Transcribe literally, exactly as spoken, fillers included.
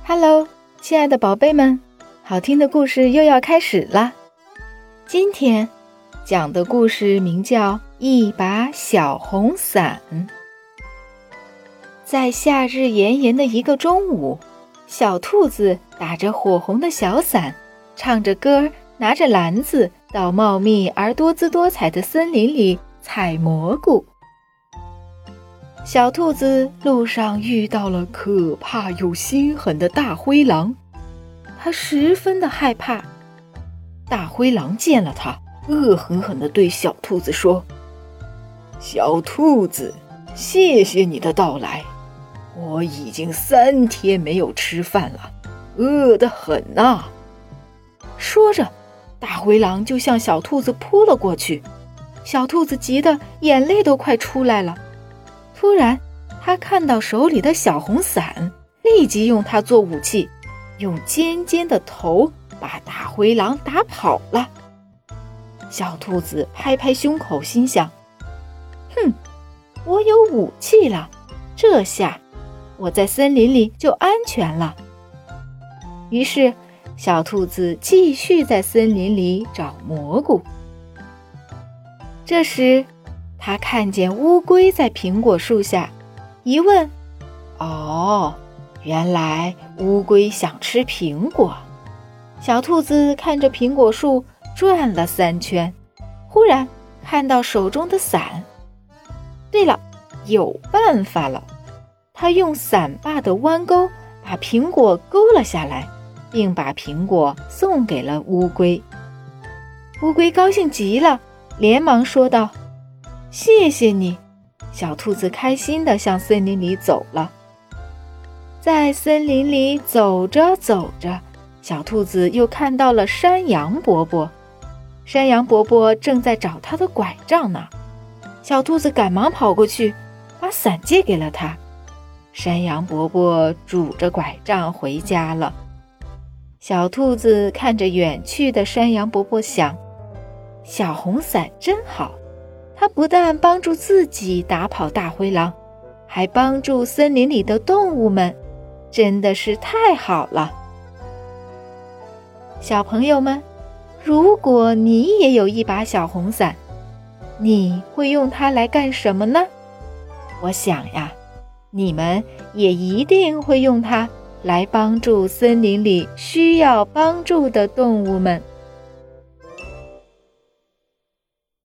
Hello， 亲爱的宝贝们，好听的故事又要开始了。今天讲的故事名叫《一把小红伞》。在夏日炎炎的一个中午，小兔子打着火红的小伞，唱着歌，拿着篮子到茂密而多姿多彩的森林里采蘑菇。小兔子路上遇到了可怕又心狠的大灰狼，它十分的害怕。大灰狼见了它，恶狠狠地对小兔子说：小兔子，谢谢你的到来，我已经三天没有吃饭了，饿得很呐。说着，大灰狼就向小兔子扑了过去，小兔子急得眼泪都快出来了。突然，他看到手里的小红伞，立即用它做武器，用尖尖的头把大灰狼打跑了。小兔子拍拍胸口，心想：哼，我有武器了，这下我在森林里就安全了。于是，小兔子继续在森林里找蘑菇。这时，他看见乌龟在苹果树下，一问，哦，原来乌龟想吃苹果。小兔子看着苹果树转了三圈，忽然看到手中的伞。对了，有办法了。他用伞把的弯钩把苹果勾了下来，并把苹果送给了乌龟。乌龟高兴极了，连忙说道：谢谢你。小兔子开心地向森林里走了。在森林里走着走着，小兔子又看到了山羊伯伯。山羊伯伯正在找他的拐杖呢。小兔子赶忙跑过去，把伞借给了他。山羊伯伯拄着拐杖回家了。小兔子看着远去的山羊伯伯想，小红伞真好，它不但帮助自己打跑大灰狼，还帮助森林里的动物们，真的是太好了。小朋友们，如果你也有一把小红伞，你会用它来干什么呢？我想呀，你们也一定会用它来帮助森林里需要帮助的动物们。